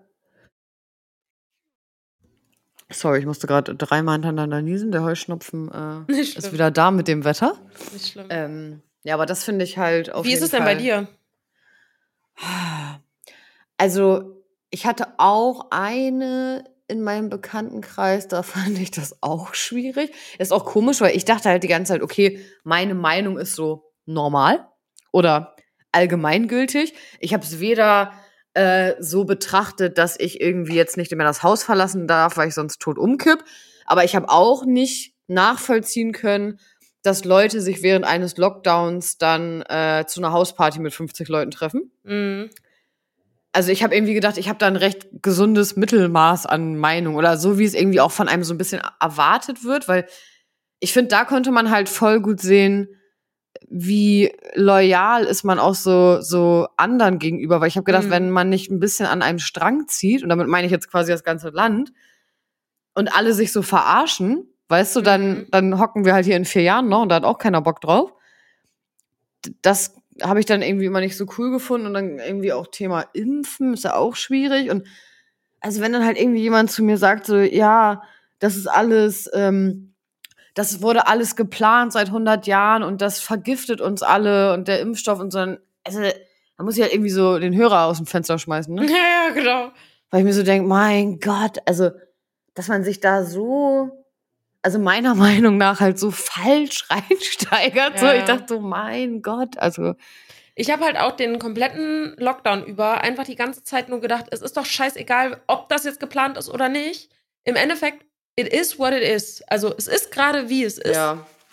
Sorry, ich musste gerade dreimal hintereinander niesen. Der Heuschnupfen äh, Nicht ist schlimm. wieder da mit dem Wetter. Nicht schlimm. Ähm, ja, aber das finde ich halt auf Wie jeden ist es denn Fall. bei dir? Also, ich hatte auch eine in meinem Bekanntenkreis, da fand ich das auch schwierig. Ist auch komisch, weil ich dachte halt die ganze Zeit, okay, meine Meinung ist so normal oder allgemeingültig. Ich habe es weder äh, so betrachtet, dass ich irgendwie jetzt nicht mehr das Haus verlassen darf, weil ich sonst tot umkipp. Aber ich habe auch nicht nachvollziehen können, dass Leute sich während eines Lockdowns dann äh, zu einer Hausparty mit fünfzig Leuten treffen. Mhm. Also ich habe irgendwie gedacht, ich habe da ein recht gesundes Mittelmaß an Meinung oder so, wie es irgendwie auch von einem so ein bisschen erwartet wird, weil ich finde, da konnte man halt voll gut sehen, wie loyal ist man auch so so anderen gegenüber, weil ich habe gedacht, Mhm. wenn man nicht ein bisschen an einem Strang zieht, und damit meine ich jetzt quasi das ganze Land, und alle sich so verarschen, weißt du, dann Mhm. dann hocken wir halt hier in vier Jahren noch und da hat auch keiner Bock drauf. Das habe ich dann irgendwie immer nicht so cool gefunden und dann irgendwie auch Thema Impfen ist ja auch schwierig und also wenn dann halt irgendwie jemand zu mir sagt so, ja, das ist alles, ähm, das wurde alles geplant seit hundert Jahren und das vergiftet uns alle und der Impfstoff und so, dann, also da muss ich halt irgendwie so den Hörer aus dem Fenster schmeißen, ne? Ja, ja, genau. Weil ich mir so denke, mein Gott, also dass man sich da so, also meiner Meinung nach halt so falsch reinsteigert. So, Ja, ich ja. dachte so, mein Gott, also Ich habe halt auch den kompletten Lockdown über einfach die ganze Zeit nur gedacht, es ist doch scheißegal, ob das jetzt geplant ist oder nicht. Im Endeffekt, it is what it is. Also es ist gerade wie es ist. ja.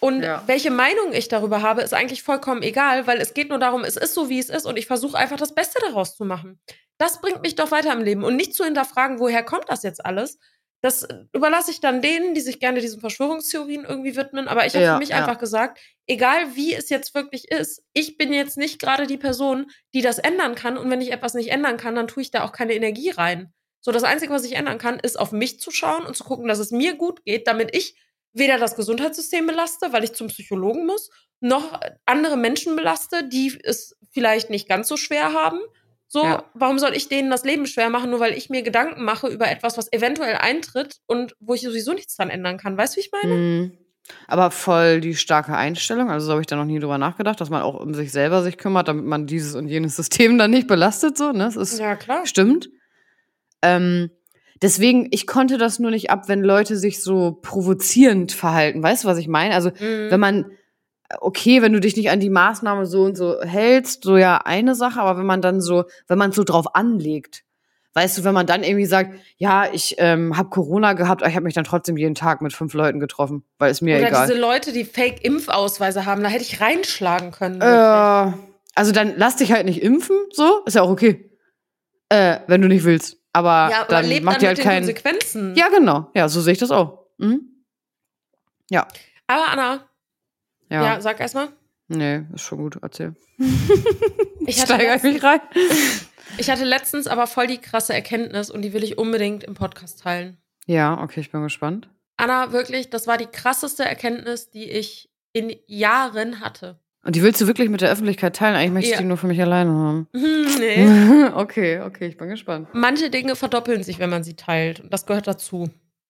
Und Ja. welche Meinung ich darüber habe, ist eigentlich vollkommen egal, weil es geht nur darum, es ist so, wie es ist und ich versuche einfach das Beste daraus zu machen. Das bringt mich doch weiter im Leben und nicht zu hinterfragen, woher kommt das jetzt alles. Das überlasse ich dann denen, die sich gerne diesen Verschwörungstheorien irgendwie widmen. Aber ich habe Ja, für mich ja. einfach gesagt, egal wie es jetzt wirklich ist, ich bin jetzt nicht gerade die Person, die das ändern kann. Und wenn ich etwas nicht ändern kann, dann tue ich da auch keine Energie rein. So, das Einzige, was ich ändern kann, ist auf mich zu schauen und zu gucken, dass es mir gut geht, damit ich weder das Gesundheitssystem belaste, weil ich zum Psychologen muss, noch andere Menschen belaste, die es vielleicht nicht ganz so schwer haben. So, Ja. warum soll ich denen das Leben schwer machen, nur weil ich mir Gedanken mache über etwas, was eventuell eintritt und wo ich sowieso nichts dran ändern kann? Weißt du, wie ich meine? Mhm. Aber voll die starke Einstellung. Also so habe ich da noch nie drüber nachgedacht, dass man auch um sich selber sich kümmert, damit man dieses und jenes System dann nicht belastet. So, ne? Das ist Ja, klar. stimmt. Ähm, deswegen, ich konnte das nur nicht ab, wenn Leute sich so provozierend verhalten. Weißt du, was ich meine? Also, Mhm. wenn man, okay, wenn du dich nicht an die Maßnahme so und so hältst, so ja eine Sache, aber wenn man dann so, wenn man so drauf anlegt, weißt du, wenn man dann irgendwie sagt, ja, ich ähm, habe Corona gehabt, aber ich habe mich dann trotzdem jeden Tag mit fünf Leuten getroffen, weil ist mir Oder egal. diese Leute, die Fake-Impfausweise haben, da hätte ich reinschlagen können. Äh, also dann lass dich halt nicht impfen, so, ist ja auch okay. Äh, wenn du nicht willst. Aber, ja, aber dann lebt macht dann dir mit halt den kein. Konsequenzen. Ja, genau. Ja, so sehe ich das auch. Mhm. Ja. Aber Anna, Ja. ja, sag erst mal. Nee, ist schon gut, erzähl. Ich hatte, Steigere ich letztens, mich rein. ich hatte letztens aber voll die krasse Erkenntnis und die will ich unbedingt im Podcast teilen. Ja, okay, ich bin gespannt. Anna, wirklich, das war die krasseste Erkenntnis, die ich in Jahren hatte. Und die willst du wirklich mit der Öffentlichkeit teilen? Eigentlich möchte ich Ja. die nur für mich alleine haben. Hm, nee. Okay, okay, ich bin gespannt. Manche Dinge verdoppeln sich, wenn man sie teilt. Und das gehört dazu.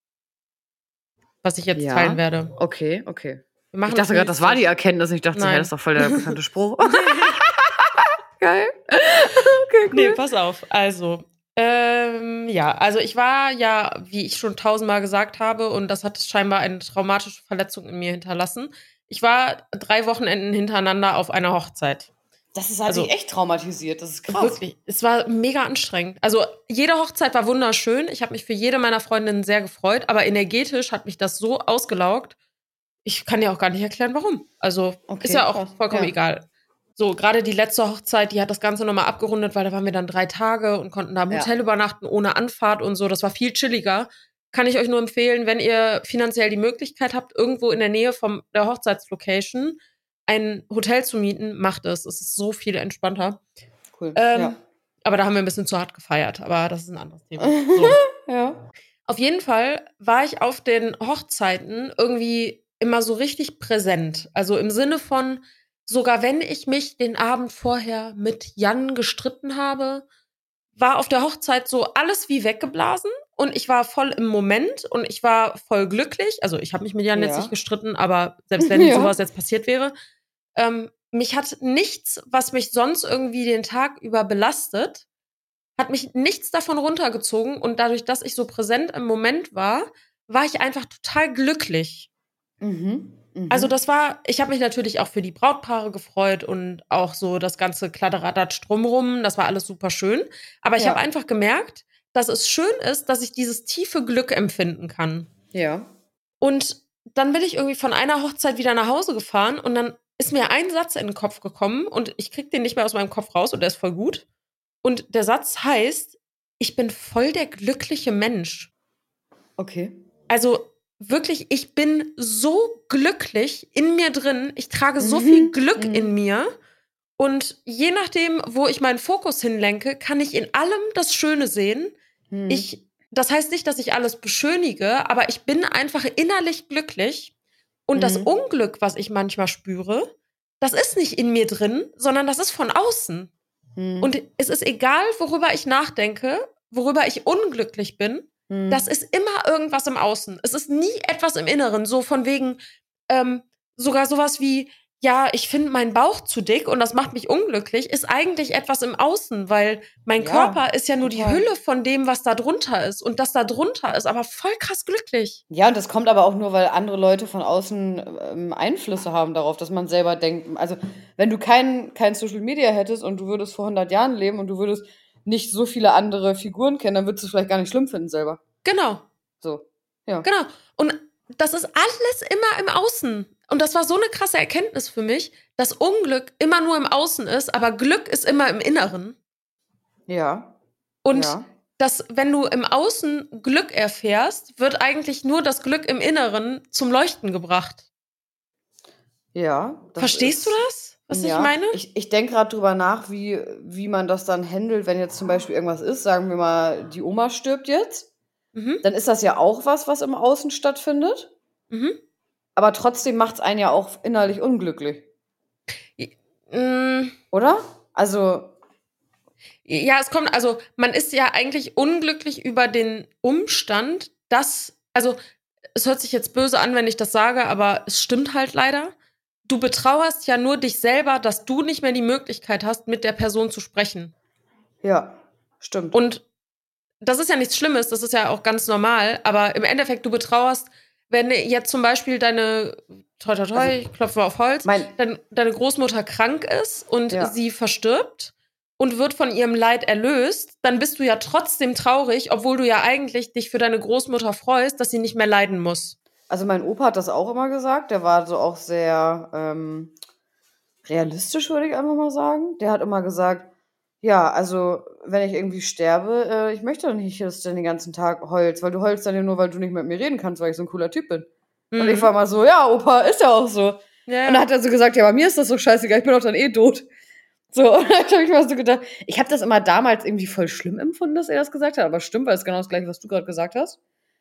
Was ich jetzt Ja. teilen werde. Okay, okay. Wir machen Ich dachte gerade, das war die Erkenntnis. Ich dachte, so, Nein. hä, das ist doch voll der bekannte Spruch. Geil. Okay, cool. Nee, pass auf. Also, ähm, ja, also ich war ja, wie ich schon tausendmal gesagt habe, und das hat scheinbar eine traumatische Verletzung in mir hinterlassen. Ich war drei Wochenenden hintereinander auf einer Hochzeit. Das ist, hat Also- mich echt traumatisiert. Das ist krass. Wirklich. Es war mega anstrengend. Also, jede Hochzeit war wunderschön. Ich habe mich für jede meiner Freundinnen sehr gefreut, aber energetisch hat mich das so ausgelaugt. Ich kann dir auch gar nicht erklären, warum. Also, Okay, ist ja auch krass. vollkommen Ja. egal. So, gerade die letzte Hochzeit, die hat das Ganze nochmal abgerundet, weil da waren wir dann drei Tage und konnten da im Ja. Hotel übernachten, ohne Anfahrt und so. Das war viel chilliger. Kann ich euch nur empfehlen, wenn ihr finanziell die Möglichkeit habt, irgendwo in der Nähe von der Hochzeitslocation ein Hotel zu mieten, macht es. Es ist so viel entspannter. Cool. Ähm, ja. Aber da haben wir ein bisschen zu hart gefeiert. Aber das ist ein anderes Thema. So. ja. Auf jeden Fall war ich auf den Hochzeiten irgendwie immer so richtig präsent. Also im Sinne von, sogar wenn ich mich den Abend vorher mit Jan gestritten habe, war auf der Hochzeit so alles wie weggeblasen und ich war voll im Moment und ich war voll glücklich. Also ich habe mich mit Jan Ja. jetzt nicht gestritten, aber selbst wenn Ja. sowas jetzt passiert wäre, ähm, mich hat nichts, was mich sonst irgendwie den Tag über belastet, hat mich nichts davon runtergezogen und dadurch, dass ich so präsent im Moment war, war ich einfach total glücklich. Mhm. Mhm. Also das war, ich habe mich natürlich auch für die Brautpaare gefreut und auch so das ganze Kladderadatsch drumrum, das war alles super schön. Aber ich Ja. habe einfach gemerkt, dass es schön ist, dass ich dieses tiefe Glück empfinden kann. Ja. Und dann bin ich irgendwie von einer Hochzeit wieder nach Hause gefahren und dann ist mir ein Satz in den Kopf gekommen und ich krieg den nicht mehr aus meinem Kopf raus und der ist voll gut. Und der Satz heißt, ich bin voll der glückliche Mensch. Okay. Also wirklich, ich bin so glücklich in mir drin. Ich trage so Mhm. viel Glück Mhm. in mir. Und je nachdem, wo ich meinen Fokus hinlenke, kann ich in allem das Schöne sehen. Mhm. Ich, das heißt nicht, dass ich alles beschönige, aber ich bin einfach innerlich glücklich. Und das Mhm. Unglück, was ich manchmal spüre, das ist nicht in mir drin, sondern das ist von außen. Mhm. Und es ist egal, worüber ich nachdenke, worüber ich unglücklich bin, Mhm. das ist immer irgendwas im Außen. Es ist nie etwas im Inneren, so von wegen, ähm, sogar sowas wie, ja, ich finde meinen Bauch zu dick und das macht mich unglücklich, ist eigentlich etwas im Außen, weil mein Ja, Körper ist ja nur total. die Hülle von dem, was da drunter ist. Und das da drunter ist aber voll krass glücklich. Ja, und das kommt aber auch nur, weil andere Leute von außen ähm, Einflüsse haben darauf, dass man selber denkt. Also, wenn du kein, kein Social Media hättest und du würdest vor hundert Jahren leben und du würdest nicht so viele andere Figuren kennen, dann würdest du es vielleicht gar nicht schlimm finden selber. Genau. So, ja. Genau. Und das ist alles immer im Außen. Und das war so eine krasse Erkenntnis für mich, dass Unglück immer nur im Außen ist, aber Glück ist immer im Inneren. Ja. Und ja. dass, wenn du im Außen Glück erfährst, wird eigentlich nur das Glück im Inneren zum Leuchten gebracht. Ja. Verstehst du das, was ja, ich meine? Ich, ich denke gerade drüber nach, wie, wie man das dann handelt, wenn jetzt zum Beispiel irgendwas ist. Sagen wir mal, die Oma stirbt jetzt. Mhm. Dann ist das ja auch was, was im Außen stattfindet. Mhm. Aber trotzdem macht es einen ja auch innerlich unglücklich. Mm. Oder? Also. Ja, es kommt, also man ist ja eigentlich unglücklich über den Umstand, dass, also es hört sich jetzt böse an, wenn ich das sage, aber es stimmt halt leider. Du betrauerst ja nur dich selber, dass du nicht mehr die Möglichkeit hast, mit der Person zu sprechen. Ja, stimmt. Und das ist ja nichts Schlimmes, das ist ja auch ganz normal, aber im Endeffekt, du betrauerst, wenn jetzt zum Beispiel deine, toi, toi, toi, Also, ich klopfe mal auf Holz, mein, dein, deine Großmutter krank ist und Ja. sie verstirbt und wird von ihrem Leid erlöst, dann bist du ja trotzdem traurig, obwohl du ja eigentlich dich für deine Großmutter freust, dass sie nicht mehr leiden muss. Also mein Opa hat das auch immer gesagt. Der war so auch sehr ähm, realistisch, würde ich einfach mal sagen. Der hat immer gesagt, ja, also wenn ich irgendwie sterbe, äh, ich möchte doch nicht, dass du den ganzen Tag heulst, weil du heulst dann ja nur, weil du nicht mit mir reden kannst, weil ich so ein cooler Typ bin. Mhm. Und ich war mal so, ja, Opa, ist ja auch so. Ja. Und dann hat er so gesagt, ja, bei mir ist das so scheißegal, ich bin doch dann eh tot. So, und dann habe ich mal so gedacht, ich habe das immer damals irgendwie voll schlimm empfunden, dass er das gesagt hat, aber stimmt, weil es genau das Gleiche, was du gerade gesagt hast.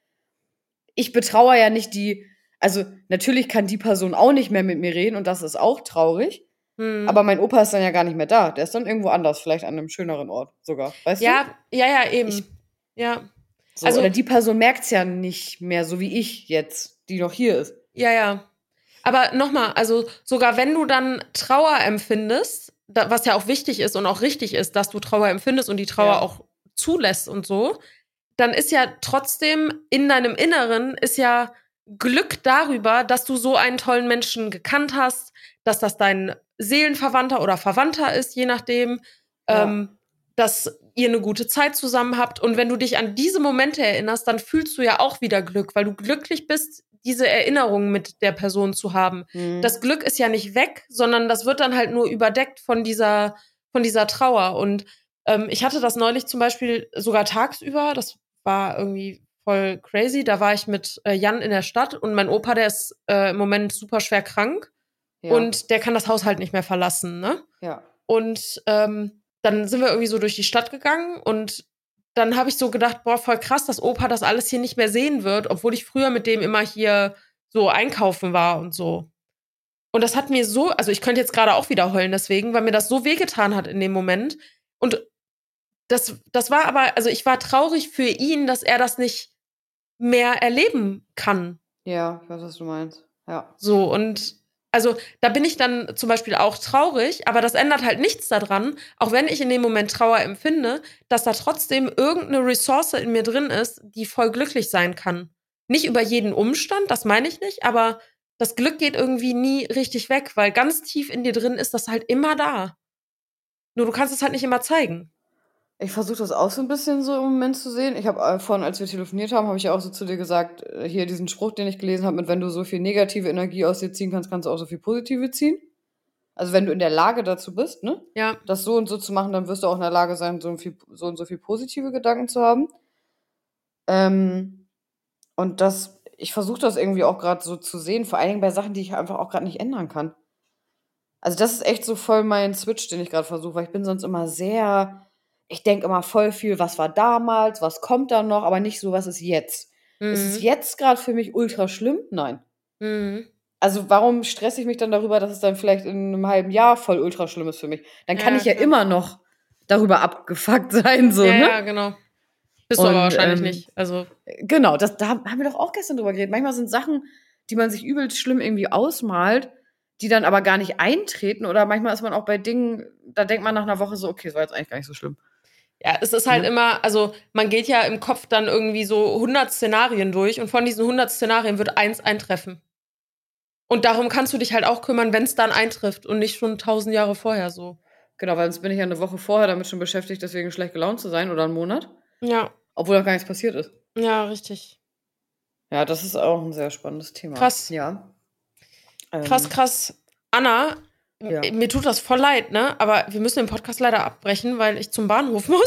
Ich betrauere ja nicht die, also natürlich kann die Person auch nicht mehr mit mir reden und das ist auch traurig. Mhm. Aber mein Opa ist dann ja gar nicht mehr da. Der ist dann irgendwo anders, vielleicht an einem schöneren Ort sogar. Weißt ja, du? Ja, ja, eben. Ich, ja. So, Also, oder die Person merkt es ja nicht mehr, so wie ich jetzt, die noch hier ist. Ja, ja. Aber nochmal, also sogar wenn du dann Trauer empfindest, da, was ja auch wichtig ist und auch richtig ist, dass du Trauer empfindest und die Trauer Ja. auch zulässt und so, dann ist ja trotzdem in deinem Inneren ist ja Glück darüber, dass du so einen tollen Menschen gekannt hast, dass das dein Seelenverwandter oder Verwandter ist, je nachdem, Ja. ähm, dass ihr eine gute Zeit zusammen habt. Und wenn du dich an diese Momente erinnerst, dann fühlst du ja auch wieder Glück, weil du glücklich bist, diese Erinnerung mit der Person zu haben. Mhm. Das Glück ist ja nicht weg, sondern das wird dann halt nur überdeckt von dieser, von dieser Trauer. Und ähm, ich hatte das neulich zum Beispiel sogar tagsüber, das war irgendwie voll crazy. Da war ich mit äh, Jan in der Stadt und mein Opa, der ist äh, im Moment super schwer krank Ja. und der kann das Haus halt nicht mehr verlassen, ne? Ja. Und ähm, dann sind wir irgendwie so durch die Stadt gegangen und dann habe ich so gedacht, boah, voll krass, dass Opa das alles hier nicht mehr sehen wird, obwohl ich früher mit dem immer hier so einkaufen war und so. Und das hat mir so, also ich könnte jetzt gerade auch wieder heulen deswegen, weil mir das so wehgetan hat in dem Moment. Und das, das war aber, also ich war traurig für ihn, dass er das nicht mehr erleben kann. Ja, ich weiß, was du meinst. Ja. So, und also da bin ich dann zum Beispiel auch traurig, aber das ändert halt nichts daran, auch wenn ich in dem Moment Trauer empfinde, dass da trotzdem irgendeine Ressource in mir drin ist, die voll glücklich sein kann. Nicht über jeden Umstand, das meine ich nicht, aber das Glück geht irgendwie nie richtig weg, weil ganz tief in dir drin ist das halt immer da. Nur du kannst es halt nicht immer zeigen. Ich versuche das auch so ein bisschen so im Moment zu sehen. Ich habe äh, vorhin, als wir telefoniert haben, habe ich ja auch so zu dir gesagt, äh, hier diesen Spruch, den ich gelesen habe, mit wenn du so viel negative Energie aus dir ziehen kannst, kannst du auch so viel positive ziehen. Also wenn du in der Lage dazu bist, ne, Ja. das so und so zu machen, dann wirst du auch in der Lage sein, so, viel, so und so viel positive Gedanken zu haben. Ähm, und das, ich versuche das irgendwie auch gerade so zu sehen, vor allen Dingen bei Sachen, die ich einfach auch gerade nicht ändern kann. Also das ist echt so voll mein Switch, den ich gerade versuche, weil ich bin sonst immer sehr, ich denke immer voll viel, was war damals, was kommt da noch, aber nicht so, was ist jetzt. Mhm. Ist es jetzt gerade für mich ultra schlimm? Nein. Mhm. Also warum stresse ich mich dann darüber, dass es dann vielleicht in einem halben Jahr voll ultra schlimm ist für mich? Dann kann Ja, ich ja klar. immer noch darüber abgefuckt sein, so, ja, ne? ja, genau. Bist du Und, aber wahrscheinlich ähm, nicht. Also, Genau, das, da haben wir doch auch gestern drüber geredet. Manchmal sind Sachen, die man sich übelst schlimm irgendwie ausmalt, die dann aber gar nicht eintreten. Oder manchmal ist man auch bei Dingen, da denkt man nach einer Woche so, okay, das war jetzt eigentlich gar nicht so schlimm. ja, es ist halt Ne? immer, also man geht ja im Kopf dann irgendwie so hundert Szenarien durch und von diesen hundert Szenarien wird eins eintreffen. Und darum kannst du dich halt auch kümmern, wenn es dann eintrifft und nicht schon tausend Jahre vorher so. Genau, weil sonst bin ich ja eine Woche vorher damit schon beschäftigt, deswegen schlecht gelaunt zu sein oder einen Monat, Ja, obwohl auch gar nichts passiert ist. ja, richtig. Ja, das ist auch ein sehr spannendes Thema. Krass. Ja. Ähm, Krass, krass. Anna, Ja. mir tut das voll leid, ne? Aber wir müssen den Podcast leider abbrechen, weil ich zum Bahnhof muss.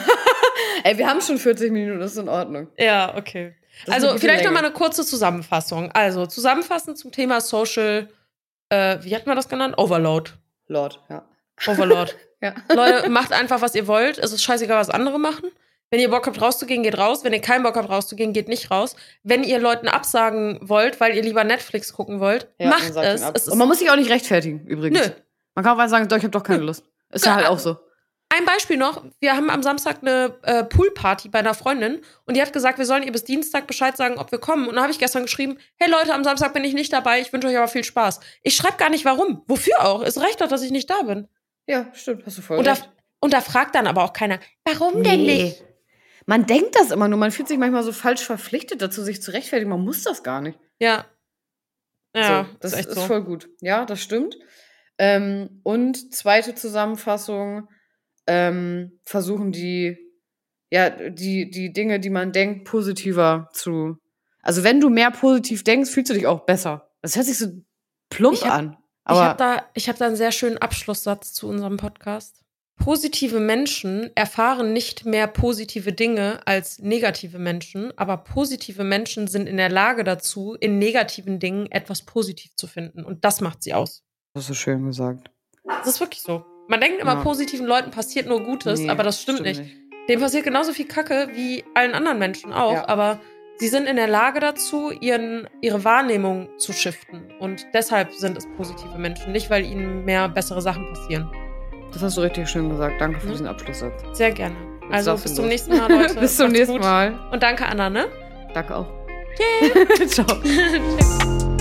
Ey, wir haben schon vierzig Minuten, das ist in Ordnung. Ja, okay. Das ist eine Also gute vielleicht noch Länge. mal eine kurze Zusammenfassung. Also zusammenfassend zum Thema Social, äh, wie hat man das genannt? Overload. Lord, ja. Overload. Ja. Leute, macht einfach, was ihr wollt. Es ist scheißegal, was andere machen. Wenn ihr Bock habt, rauszugehen, geht raus. Wenn ihr keinen Bock habt, rauszugehen, geht nicht raus. Wenn ihr Leuten absagen wollt, weil ihr lieber Netflix gucken wollt, Ja, macht dann sagt es. ihn ab. es ist Und man muss sich auch nicht rechtfertigen, übrigens. Nö. Man kann auch mal sagen, doch, ich habe doch keine Lust. Ist ja halt auch so. Ein Beispiel noch, wir haben am Samstag eine äh, Poolparty bei einer Freundin und die hat gesagt, wir sollen ihr bis Dienstag Bescheid sagen, ob wir kommen. Und dann habe ich gestern geschrieben, hey Leute, am Samstag bin ich nicht dabei, ich wünsche euch aber viel Spaß. Ich schreibe gar nicht, warum. Wofür auch? Es reicht doch, dass ich nicht da bin. Ja, stimmt, hast du voll Und da, recht. und da fragt dann aber auch keiner, warum denn nicht? Man denkt das immer nur, man fühlt sich manchmal so falsch verpflichtet dazu, sich zu rechtfertigen. Man muss das gar nicht. Ja. Ja, so, das ist echt ist so. voll gut. Ja, das stimmt. Ähm, und zweite Zusammenfassung, ähm, versuchen die, ja, die, die Dinge, die man denkt, positiver zu. Also wenn du mehr positiv denkst, fühlst du dich auch besser. Das hört sich so plump Ich hab- an. Ich Aber habe da, ich hab da einen sehr schönen Abschlusssatz zu unserem Podcast. Positive Menschen erfahren nicht mehr positive Dinge als negative Menschen, aber positive Menschen sind in der Lage dazu, in negativen Dingen etwas positiv zu finden. Und das macht sie aus. das ist so schön gesagt. Das ist wirklich so. Man denkt immer, Ja. positiven Leuten passiert nur Gutes, Nee, aber das stimmt, nicht. Dem passiert genauso viel Kacke wie allen anderen Menschen auch, Ja. aber sie sind in der Lage dazu, ihren, ihre Wahrnehmung zu shiften. Und deshalb sind es positive Menschen, nicht weil ihnen mehr bessere Sachen passieren. Das hast du richtig schön gesagt. Danke für Mhm. diesen Abschlusssatz. Sehr gerne. Jetzt Also darfst bis du zum los. nächsten Mal, Leute. Bis zum Macht's nächsten gut. Mal. Und danke, Anna, ne? Danke auch. Tschüss. Ciao. Tschüss.